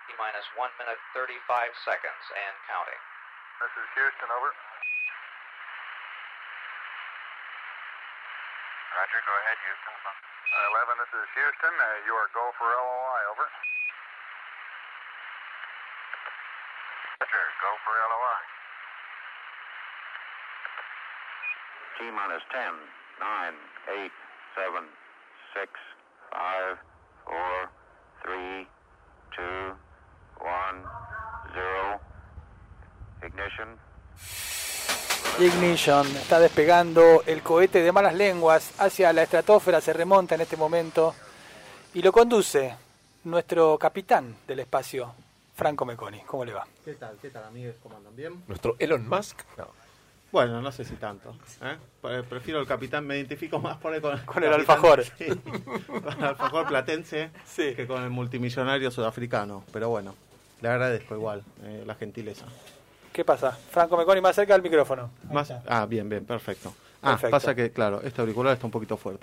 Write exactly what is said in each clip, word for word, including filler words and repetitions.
T-minus one minute, thirty-five seconds and counting. This is Houston, over. Roger, go ahead, Houston. Uh, eleven, this is Houston. Uh, you are go for L O I, over. Roger, go for L O I. T-minus ten, nine, eight, seven, six, five, four, three, two, one, zero. Ignition. Ignition, está despegando el cohete de malas lenguas hacia la estratosfera, se remonta en este momento y lo conduce nuestro capitán del espacio, Franco Meconi. ¿Cómo le va? ¿Qué tal? ¿Qué tal, amigos? ¿Cómo andan? ¿Bien? ¿Nuestro Elon Musk? No. Bueno, no sé si tanto. ¿eh? Prefiero el capitán, me identifico más por ahí con, con el alfajor. Sí, con el alfajor platense sí. que con el multimillonario sudafricano. Pero bueno, le agradezco igual eh, la gentileza. ¿Qué pasa? Franco Meconi, más cerca del micrófono. Más, ah, bien, bien, perfecto. Ah, perfecto. Pasa que, claro, este auricular está un poquito fuerte.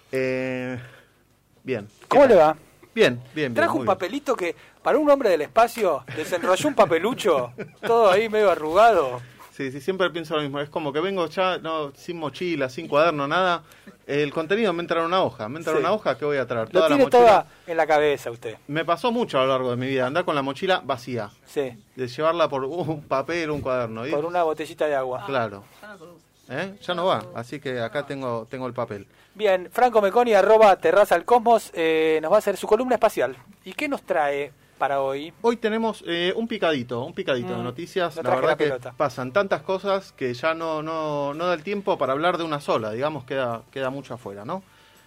Eh, bien. ¿Cómo tal? le va? Bien, bien, bien. Trajo un papelito que, para un hombre del espacio, desenrolló un papelucho, todo ahí medio arrugado. Sí, sí, siempre pienso lo mismo. Es como que vengo ya no sin mochila, sin cuaderno, nada. El contenido me entra en una hoja. Me entra en sí. una hoja, ¿qué voy a traer? Lo Toda tiene la mochila. toda en la cabeza usted. Me pasó mucho a lo largo de mi vida andar con la mochila vacía. Sí. De llevarla por un papel, un cuaderno. ¿sí? Por una botellita de agua. Claro. ¿Eh? Ya no va. Así que acá tengo tengo el papel. Bien, Franco Meconi, arroba Terraza al Cosmos, eh, nos va a hacer su columna espacial. ¿Y qué nos trae para hoy? Hoy tenemos eh, un picadito, un picadito mm, de noticias. No la verdad la que pelota. pasan tantas cosas que ya no no no da el tiempo para hablar de una sola. Digamos, queda queda mucho afuera, ¿no?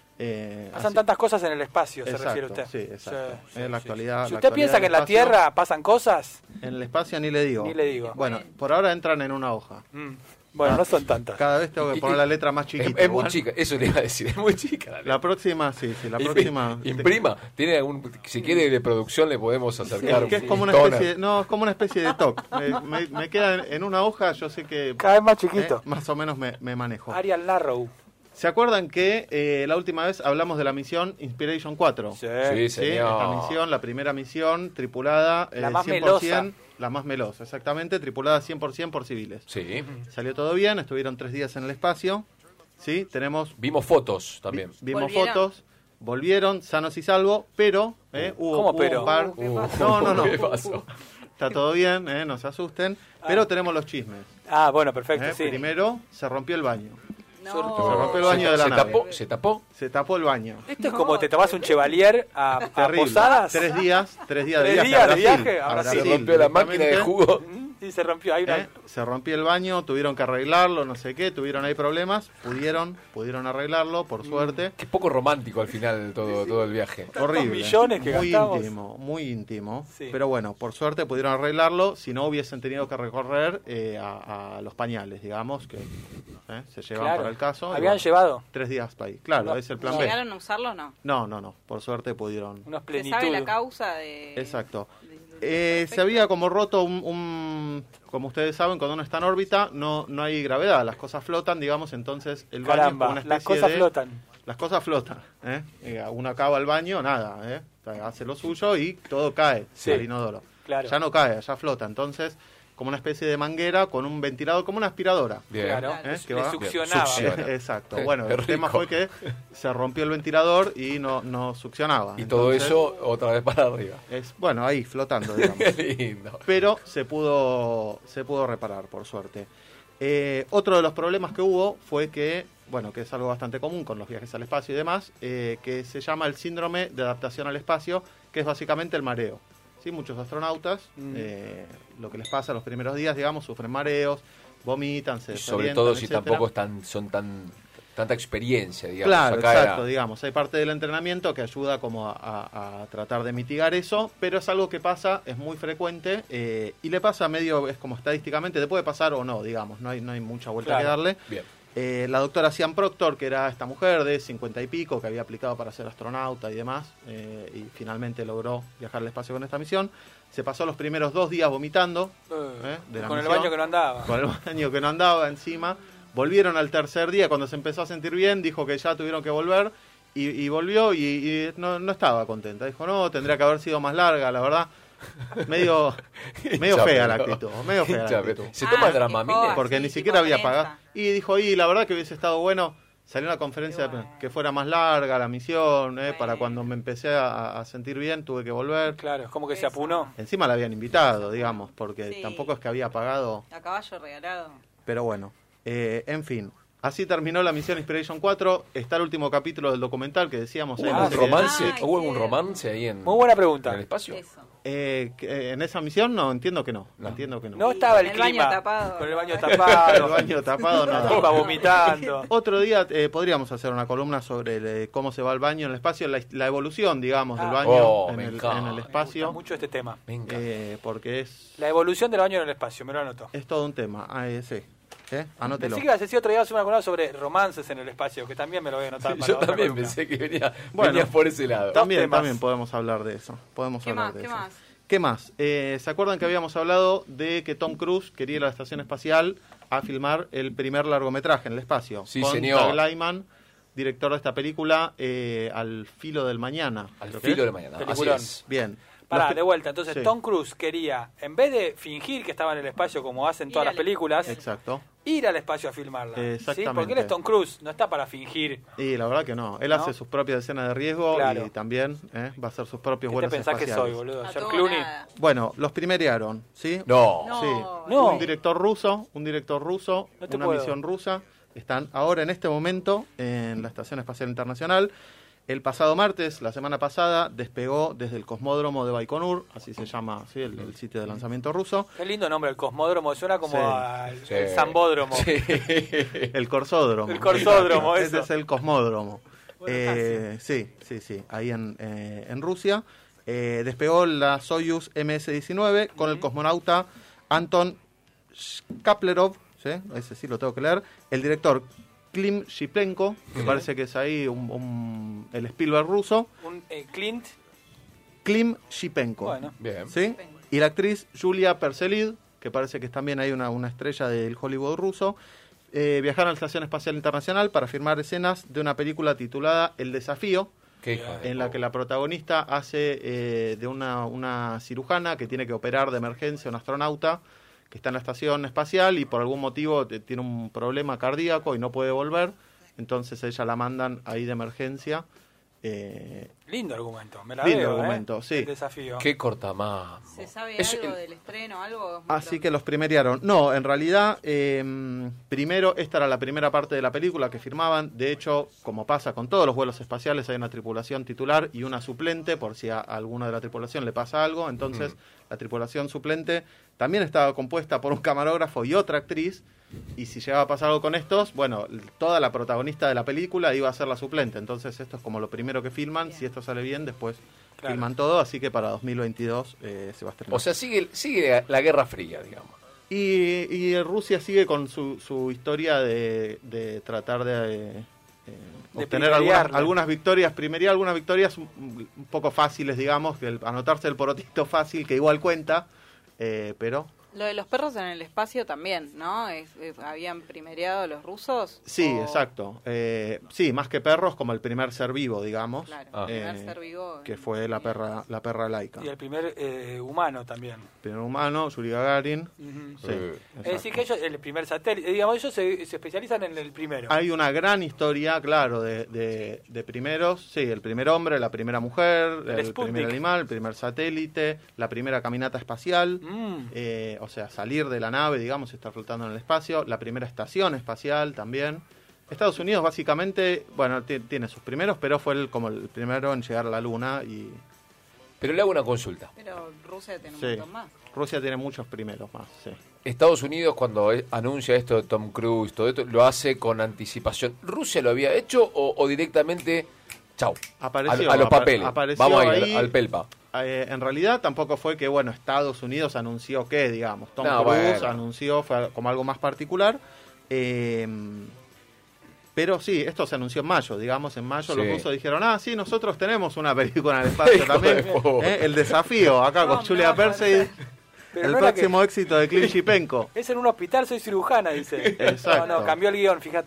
Eh, pasan así. Tantas cosas en el espacio, se exacto, refiere usted. Sí, exacto. Sí, en sí, la sí. actualidad. Si la usted actualidad piensa que en la espacio, Tierra pasan cosas, en el espacio ni le digo. Ni le digo. Bueno, por ahora entran en una hoja. Mm. Bueno, ah, no son tantas. Cada vez tengo que poner la letra más chiquita. Es, es muy chica, eso le iba a decir, es muy chica. La, la próxima, sí, sí, la próxima. Imprima, tiene algún, si quiere de producción le podemos acercar. Sí, que es como una especie, de, no, es como una especie de toque. Me, me, me queda en una hoja, yo sé que cada vez más chiquito. Eh, más o menos me, me manejo. Arial Narrow. ¿Se acuerdan que eh, la última vez hablamos de la misión Inspiration cuatro? Sí, sí, ¿Sí? señor. Esta misión, la primera misión tripulada eh, la más cien por ciento, melosa. La más melosa, exactamente, tripulada cien por ciento por civiles. Sí. Salió todo bien, estuvieron tres días en el espacio. Sí, tenemos... Vimos fotos también. Vi, vimos ¿Volvieron? fotos, volvieron sanos y salvos, pero eh, hubo, ¿Cómo hubo pero? un par... Uh, no, no, no. ¿Qué pasó? Está todo bien, eh, no se asusten, ah. pero tenemos los chismes. Ah, bueno, perfecto, eh, sí. Primero, se rompió el baño. No. Se rompió el baño se, de la se nave. Tapó, ¿Se tapó? Se tapó el baño. Esto es como te tomás un Chevalier a, a Posadas. Tres días, tres días de ¿Tres viaje días a Brasil. de viaje a a Brasil. Se rompió la máquina de jugo. Sí, se rompió. Hay una... ¿Eh? Se rompió el baño, tuvieron que arreglarlo, no sé qué, tuvieron ahí problemas, pudieron, pudieron arreglarlo, por suerte. Qué poco romántico al final todo, todo el viaje. Horrible. Millones que muy gastamos. íntimo, muy íntimo. Sí. Pero bueno, por suerte pudieron arreglarlo, si no hubiesen tenido que recorrer eh, a, a los pañales, digamos, que eh, se llevan claro. para el caso. ¿Habían bueno, llevado? Tres días para ahí. Claro, no. es el plan B. ¿Llegaron a usarlo o no? No, no, no. Por suerte pudieron. Unos ¿Se plenitud. sabe la causa de...? Exacto. de, de, Eh, se había como roto un, un, como ustedes saben, cuando uno está en órbita no no hay gravedad, las cosas flotan, digamos, entonces el baño Caramba, es como una especie las cosas de, flotan. Las cosas flotan, ¿eh? Uno acaba el baño, nada, ¿eh? Hace lo suyo y todo cae sí, al inodoro. Claro. Ya no cae, ya flota, entonces como una especie de manguera con un ventilador, como una aspiradora. Bien. Claro, ¿Eh? que le succionaba. Succiona. Exacto. Qué Bueno, el rico. tema fue que se rompió el ventilador y no, no succionaba. Y todo Entonces, eso otra vez para arriba. es bueno, ahí flotando, digamos. Qué lindo. Pero se pudo se pudo reparar, por suerte. Eh, otro de los problemas que hubo fue que, bueno, que es algo bastante común con los viajes al espacio y demás, eh, que se llama el síndrome de adaptación al espacio, que es básicamente el mareo. ¿Sí? Muchos astronautas, mm. eh, lo que les pasa los primeros días, digamos, sufren mareos, vomitan, se Y sobre desorientan, todo si etcétera. tampoco están, son tan tanta experiencia, digamos. Claro, Acá exacto, era... digamos. Hay parte del entrenamiento que ayuda como a, a, a tratar de mitigar eso, pero es algo que pasa, es muy frecuente, eh, y le pasa medio, es como estadísticamente, te puede pasar o no, digamos, no hay, no hay mucha vuelta Claro. que darle. Bien. Eh, la doctora Sian Proctor, que era esta mujer de cincuenta y pico, que había aplicado para ser astronauta y demás, eh, y finalmente logró viajar al espacio con esta misión, se pasó los primeros dos días vomitando. Eh, eh, de la con misión, el baño que no andaba. Con el baño que no andaba encima. Volvieron al tercer día, cuando se empezó a sentir bien, dijo que ya tuvieron que volver, y, y volvió y, y no, no estaba contenta. Dijo, no, tendría que haber sido más larga, la verdad. medio medio Hincha fea la pelota. actitud, medio fea la Hincha actitud. pelota. ¿Se Ah, toma qué Dramamine? joda. Porque sí, ni tipo siquiera había prensa. pagado. Y dijo, y la verdad que hubiese estado bueno, salió una conferencia Y bueno. que fuera más larga la misión, eh, Bueno. para cuando me empecé a, a sentir bien tuve que volver. Claro, es como que se Eso. apunó. Encima la habían invitado, digamos, porque Sí. tampoco es que había pagado, A caballo regalado. pero bueno, eh, en fin. Así terminó la misión Inspiration cuatro, está el último capítulo del documental que decíamos. ¿Hubo eh, Ah, algún no sé qué- romance? Ay, ¿Hubo algún cierto. romance ahí en, Muy buena en pregunta. el espacio? Eso. Eh, que, eh, en esa misión no, entiendo que no, No. entiendo que no. No estaba el, Con el baño clima. tapado. Con el baño El tapado. baño tapado, La no. tipa vomitando. Otro día eh, podríamos hacer una columna sobre el, eh, cómo se va el baño en el espacio, la, la evolución, digamos, del Ah. baño Oh, en, me el, encanta. en el Me gusta espacio, mucho este tema. Venga. eh, porque es, La evolución del baño en el espacio, me lo anoto. es todo un tema. Ah, eh, sí, ¿eh? Anótelo. Pensé que ibas a decir otro día una columna sobre romances en el espacio, que también me lo voy a anotar. para Yo otra también columna. pensé que venía, Bueno. venía por ese lado. También, temas. también podemos hablar de eso. Podemos ¿Qué hablar más? de ¿Qué eso. más? ¿Qué más? Eh, ¿Se acuerdan que habíamos hablado de que Tom Cruise quería ir a la estación espacial a filmar el primer largometraje en el espacio? Sí, con señor. Doug Liman, director de esta película, eh, Al filo del mañana. Al creo que filo es. de mañana. Así Peliculón. es. Bien. Pará, Los que- de vuelta. Entonces, Sí. Tom Cruise quería, en vez de fingir que estaba en el espacio como hacen Ir todas las al- películas, Exacto. ir al espacio a filmarla. ¿sí? Exactamente. Porque él es Tom Cruise, no está para fingir. Y la verdad que no. Él ¿No? hace sus propias escenas de riesgo Claro. y también eh, va a hacer sus propios ¿Qué te vuelos pensás que espaciales. soy, boludo? A George todo Clooney. nada. Bueno, los primerearon, ¿sí? No. No. Sí. No. Un director ruso, un director ruso, No te una puedo. misión rusa. Están ahora en este momento en la Estación Espacial Internacional. El pasado martes, la semana pasada, despegó desde el cosmódromo de Baikonur, así se llama, ¿sí? el, el sitio de lanzamiento ruso. Qué lindo nombre, el cosmódromo. Suena como Sí. al Sí. el zambódromo. Sí. El corsódromo. El corsódromo, Ese eso. es el cosmódromo. Bueno, Eh, sí, sí, sí, ahí en, eh, en Rusia. Eh, despegó la Soyuz eme ese diecinueve con el cosmonauta Anton Shkaplerov, ¿sí? Ese sí lo tengo que leer. El director Klim Shipenko, que parece que es ahí un, un- el Spielberg ruso. Un eh, Clint. Klim Shipenko. Bueno. Bien. ¿Sí? Y la actriz Julia Perselid, que parece que es también hay una, una estrella del Hollywood ruso, eh, viajaron a la Estación Espacial Internacional para filmar escenas de una película titulada El Desafío, Qué hijo de en la que la protagonista hace eh, de una, una cirujana que tiene que operar de emergencia a un astronauta que está en la estación espacial y por algún motivo te- tiene un problema cardíaco y no puede volver, entonces a ella la mandan ahí de emergencia. Eh, Lindo argumento. Me la Lindo veo, argumento, ¿eh? sí. El desafío. Qué cortamambo. ¿Se sabe Eso- algo del estreno? ¿Algo? Así que los primerearon. No, en realidad, eh, primero, esta era la primera parte de la película que firmaban. De hecho, como pasa con todos los vuelos espaciales, hay una tripulación titular y una suplente, por si a alguno de la tripulación le pasa algo. Entonces, la tripulación suplente también estaba compuesta por un camarógrafo y otra actriz. Y si llegaba a pasar algo con estos, bueno, toda la protagonista de la película iba a ser la suplente. Entonces, esto es como lo primero que filman. Bien. Si esto sale bien, después Claro. filman todo. Así que para dos mil veintidós eh, se va a estrenar. O sea, sigue, sigue la Guerra Fría, digamos. Y, y Rusia sigue con su, su historia de, de tratar de, eh, De obtener algunas, primerearle. algunas victorias, primería algunas victorias un, un poco fáciles, digamos, que el- anotarse el porotito fácil, que igual cuenta, eh, pero Lo de los perros en el espacio también, ¿no? Es- es- ¿Habían primereado los rusos? sí, O- exacto. Eh, sí, más que perros, como el primer ser vivo, digamos, Claro, Ah. el primer eh, ser vivo. que fue la perra, la perra laica. Y el primer eh, humano también. Primer humano, Yuri Gagarin. Ujú. Sí, Eh. Es exacto. decir, que ellos, el primer satélite, eh, digamos, ellos se, se especializan en el primero. Hay una gran historia, claro, de, de, de primeros. Sí, el primer hombre, la primera mujer, El el, Sputnik. primer animal, el primer satélite, la primera caminata espacial. Mm. Eh, o sea, salir de la nave, digamos, estar flotando en el espacio. La primera estación espacial también. Estados Unidos, básicamente, bueno, ti- tiene sus primeros, pero fue el, como el primero en llegar a la Luna. Y Pero le hago una consulta. Pero Rusia tiene un sí, montón más. Rusia tiene muchos primeros más, sí. Estados Unidos, cuando eh, anuncia esto de Tom Cruise, todo esto, lo hace con anticipación. ¿Rusia lo había hecho o, o directamente, chau, Apareció, a, a los apa- papeles? apareció Vamos a ir ahí. al, al pelpa. Eh, en realidad tampoco fue que, bueno, Estados Unidos anunció que, digamos, Tom No, Cruise bueno. anunció, fue como algo más particular. Eh, pero sí, esto se anunció en mayo, digamos, en mayo Sí. los rusos dijeron, ah, sí, nosotros tenemos una película en el espacio Hijo también. de puta. Eh, el desafío, acá con No, Julia no, Percy, Pero el no era que- próximo éxito de Clint Shipenko. Es en un hospital, soy cirujana, dice. Exacto. No, no, cambió el guión, fíjate.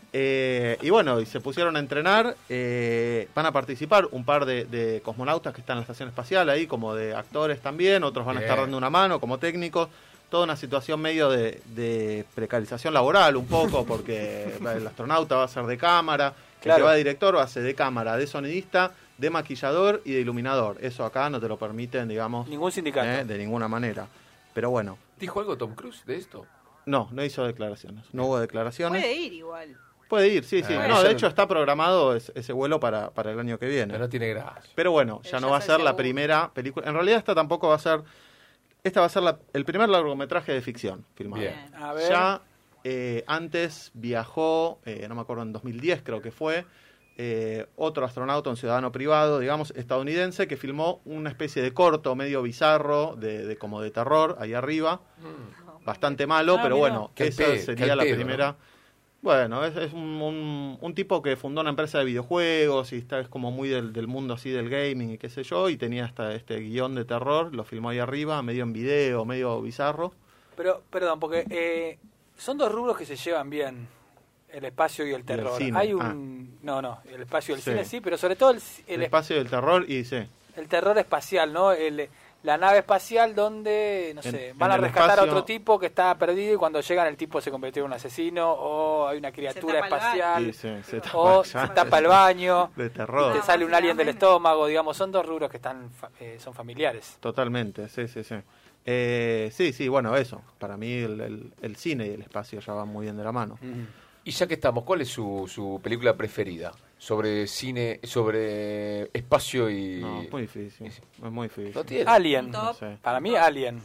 Eh, y bueno, y se pusieron a entrenar. Eh, van a participar un par de, de cosmonautas que están en la estación espacial ahí, como de actores también. Otros van a estar Bien. dando una mano como técnicos. Toda una situación medio de, de precarización laboral un poco, porque el astronauta va a ser de cámara, Claro. el que va de director va a ser de cámara, de sonidista, de maquillador y de iluminador. Eso acá no te lo permiten, digamos, Ningún sindicato. eh, de ninguna manera. Pero bueno, ¿Dijo algo Tom Cruise de esto? no, no hizo declaraciones. No hubo declaraciones. Puede ir igual. Puede ir, sí, sí. Ah, no, eso de no- hecho está programado ese, ese vuelo para, para el año que viene. No, no tiene gracia. Pero bueno, ya Pero no ya va a es ser el la segundo. primera película. En realidad esta tampoco va a ser... Esta va a ser la- el primer largometraje de ficción filmado. Bien. A ver. Ya eh, antes viajó, eh, no me acuerdo, en dos mil diez creo que fue, eh, otro astronauta, un ciudadano privado, digamos, estadounidense, que filmó una especie de corto medio bizarro, de, de como de terror, ahí arriba. Bastante malo, Ah, pero mira. bueno, Qué esa pedo, qué sería la pedo, primera... ¿no? Bueno, es, es un, un- un tipo que fundó una empresa de videojuegos y está es como muy del, del mundo así del gaming y qué sé yo, y tenía hasta este guión de terror, lo filmó ahí arriba, medio en video, medio bizarro. Pero, perdón, porque eh, son dos rubros que se llevan bien, el espacio y el terror. cine, Hay un... No, no, el espacio y el Sí. cine sí, pero sobre todo el, El, el, espacio del terror y sí. el terror espacial, ¿no? El, la nave espacial donde, no En- sé, en van a el rescatar espacio- a otro tipo que está perdido y cuando llegan el tipo se convirtió en un asesino o hay una criatura tapa el espacial Y sí, se tapa o ya. se tapa el baño De y terror. te No, sale un alien del básicamente. estómago, digamos, son dos rubros que están fa- eh, son familiares. Totalmente, sí, sí, sí. Eh, sí, sí, bueno, eso. Para mí el, el- el cine y el espacio ya van muy bien de la mano. Y ya que estamos, ¿cuál es su, su película preferida? Sobre cine, sobre espacio y... No, es muy difícil. Es muy difícil. No tiene. Alien, Top. No sé. para mí Alien.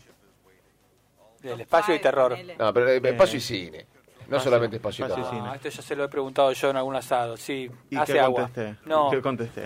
Del Top espacio y five, terror. ponele. No, pero eh, Bien. espacio y cine. No Espacio- solamente espacio y espacio y terror. cine. Ah, esto ya se lo he preguntado yo en algún asado, sí, ¿Y hace qué agua. contesté? No, ¿Qué contesté?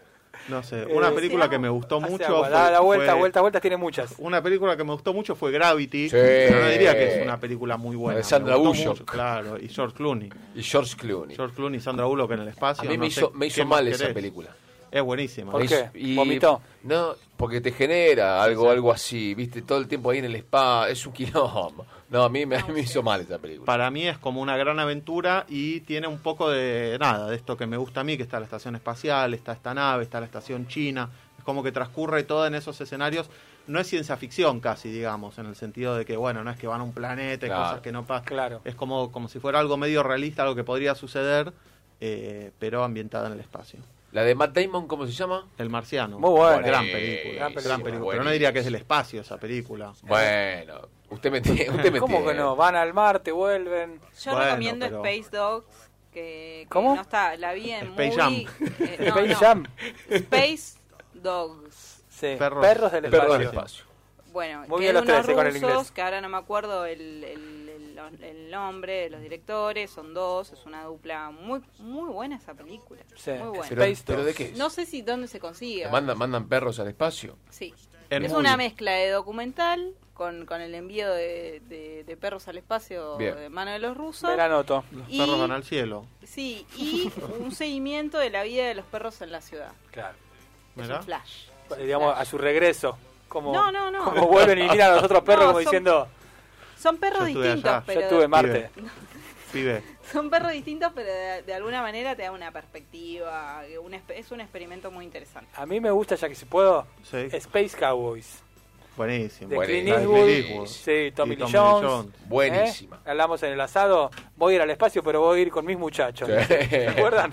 No sé. Eh, Una hace película que agua. me gustó hace mucho agua. fue, Da la vuelta, fue- vuelta, vuelta, tiene muchas. Una película que me gustó mucho fue Gravity. Sí. Pero no diría que es una película muy buena. De Sandra Me gustó Bullock. mucho, claro, y George Clooney. Y George Clooney. George Clooney y Sandra Bullock en el A espacio. mí no me sé hizo, me qué hizo más mal esa querés. película. Es buenísima. ¿Por Me qué? hizo- y- ¿Vomitó? No, porque te genera algo algo así, viste, todo el tiempo ahí en el spa, es un quilombo. No, a mí me, a mí me hizo mal esa película. Para mí es como una gran aventura y tiene un poco de nada, de esto que me gusta a mí, que está la estación espacial, está esta nave, está la estación china. Es como que transcurre todo en esos escenarios. No es ciencia ficción casi, digamos, en el sentido de que, bueno, no es que van a un planeta y Claro. cosas que no pasan. Claro. Es como, como si fuera algo medio realista, algo que podría suceder, eh, pero ambientada en el espacio. La de Matt Damon, ¿cómo se llama? El Marciano. Muy buena. Gran Buenísima, película. Gran buenísima, película. Pero no diría que es del espacio esa película. Bueno, usted me tiene, usted me ¿Cómo tiene. que no? Van al mar, te vuelven. Yo Bueno, recomiendo pero- Space Dogs, que, que ¿Cómo? no está, la vi en Space movie. eh, no, Space no. Jam. Space Dogs. Sí. Perros. Perros, del Perro espacio. del espacio. Bueno, Muy que bien es los unos tres, eh, con el rusos, inglés. que ahora no me acuerdo el, el, el, el nombre de los directores, son dos, es una dupla muy muy buena esa película. Sí. Muy buena. Pero, Space pero Dogs. ¿de qué es? No sé si dónde se consigue. ¿Mandan, ¿Mandan perros al espacio? Sí. En Es movie. una mezcla de documental con, con el envío de, de, de perros al espacio Bien. de mano de los rusos. Me la anoto. Los Y- perros van al cielo. Sí, y un seguimiento de la vida de los perros en la ciudad. Claro. Es Mirá. un flash. Eh, Digamos, a su regreso. Como, No, no, no. Como vuelven y miran a los otros perros No, como son- diciendo, Son perros Yo estuve distintos, allá. pero yo estuve en Marte. Pibe. son perros distintos, pero de, de alguna manera te da una perspectiva. Un, espe- es un experimento muy interesante. A mí me gusta, ya que si puedo, Sí. Space Cowboys. Buenísimo. De Buenísimo. Clint La de Eastwood. Clint Eastwood. Sí, Tommy Y Lee Tommy Jones. Lee Jones. Buenísima. ¿Eh? Hablamos en el asado. Voy a ir al espacio, pero voy a ir con mis muchachos. Sí. ¿Se acuerdan?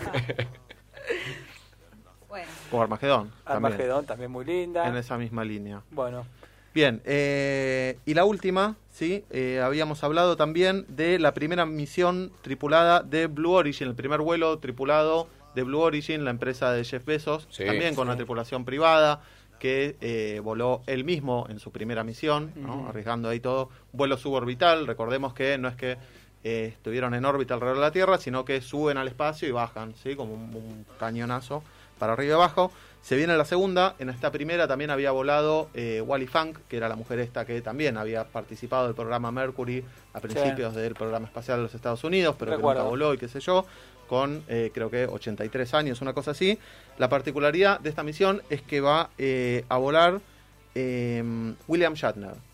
Bueno, O Armagedón. también, Armagedón, también muy linda. En esa misma línea. Bueno, Bien, eh, y la última, sí, eh, habíamos hablado también de la primera misión tripulada de Blue Origin, el primer vuelo tripulado de Blue Origin, la empresa de Jeff Bezos, Sí, también con sí. una tripulación privada que eh, voló él mismo en su primera misión, ¿no? Ujú. Arriesgando ahí todo, vuelo suborbital, recordemos que no es que eh, estuvieron en órbita alrededor de la Tierra, sino que suben al espacio y bajan, ¿sí? Como un, un cañonazo para arriba y abajo. Se viene la segunda, en esta primera también había volado eh, Wally Funk, que era la mujer esta que también había participado del programa Mercury a principios del programa espacial de los Estados Unidos, pero Recuerdo. que nunca voló y qué sé yo, con eh, creo que ochenta y tres años, una cosa así. La particularidad de esta misión es que va eh, a volar eh, William Shatner,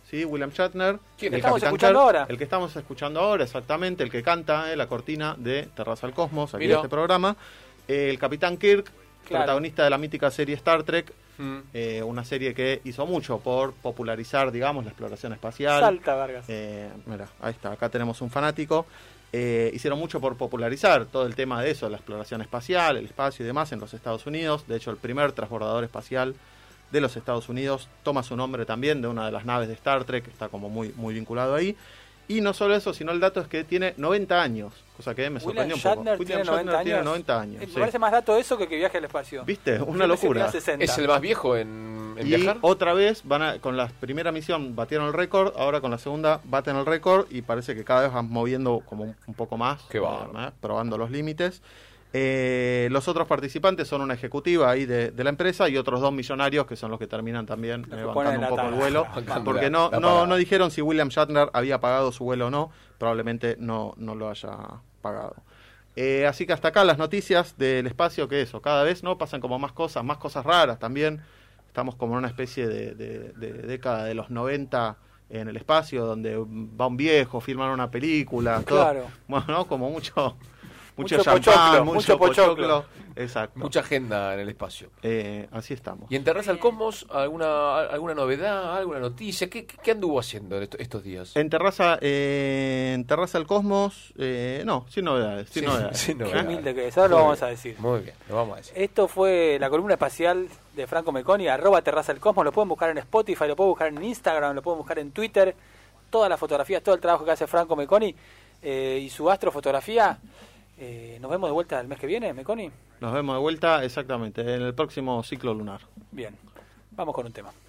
¿sí? William Shatner. ¿Quién? el ¿Estamos Capitán escuchando Kirk, ahora? El que estamos escuchando ahora, exactamente, el que canta eh, la cortina de Terraza al Cosmos, aquí Mira. de este programa. Eh, el Capitán Kirk, Claro. protagonista de la mítica serie Star Trek, Mm. eh, una serie que hizo mucho por popularizar, digamos, la exploración espacial. Salta, Vargas. Eh, mira, ahí está, acá tenemos un fanático. Eh, hicieron mucho por popularizar todo el tema de eso, la exploración espacial, el espacio y demás en los Estados Unidos. De hecho, el primer transbordador espacial de los Estados Unidos toma su nombre también de una de las naves de Star Trek, que está como muy, muy vinculado ahí. Y no solo eso, sino el dato es que tiene noventa años, cosa que me sorprendió William un poco. Shatner William tiene noventa Shatner tiene años. noventa años. Eh, Me sí. parece más dato eso que que viaje al espacio. ¿Viste? Yo Una pensé que locura. tenía sesenta. ¿Es el más viejo en, en Y viajar? otra vez, van a, con la primera misión batieron el récord, ahora con la segunda baten el récord y parece que cada vez van moviendo como un, un poco más, Qué bárbaro. eh, probando los límites. Eh, los otros participantes son una ejecutiva ahí de, de la empresa y otros dos millonarios que son los que terminan también Los eh, que ponen bancando un la poco el tabla. vuelo, Bancando porque la- no, la no, parada. no dijeron si William Shatner había pagado su vuelo o no, probablemente no, no lo haya pagado. Eh, así que hasta acá las noticias del espacio, que eso, cada vez no pasan como más cosas, más cosas raras también. Estamos como en una especie de, de- de década de los noventa en el espacio, donde va un viejo, filman una película, todo. Claro. Bueno, ¿no? Como mucho, mucho, Mucho champán, pochoclo, mucho, mucho pochoclo. pochoclo. Exacto. Mucha agenda en el espacio. Eh, así estamos. ¿Y en Terraza al Cosmos alguna alguna novedad, alguna noticia? ¿Qué, qué, qué anduvo haciendo en esto- estos días? En Terraza, eh, en Terraza al Cosmos, eh, no, sin novedades, sin Sí, novedades. sin Qué novedades. humilde que es, ahora lo Muy vamos bien, a decir. Muy bien, lo vamos a decir. Esto fue la columna espacial de Franco Meconi, arroba Terraza del Cosmos. Lo pueden buscar en Spotify, lo pueden buscar en Instagram, lo pueden buscar en Twitter. Todas las fotografías, todo el trabajo que hace Franco Meconi eh, y su astrofotografía. Eh, nos vemos de vuelta el mes que viene, Meconi. Nos vemos de vuelta exactamente en el próximo ciclo lunar. Bien, vamos con un tema.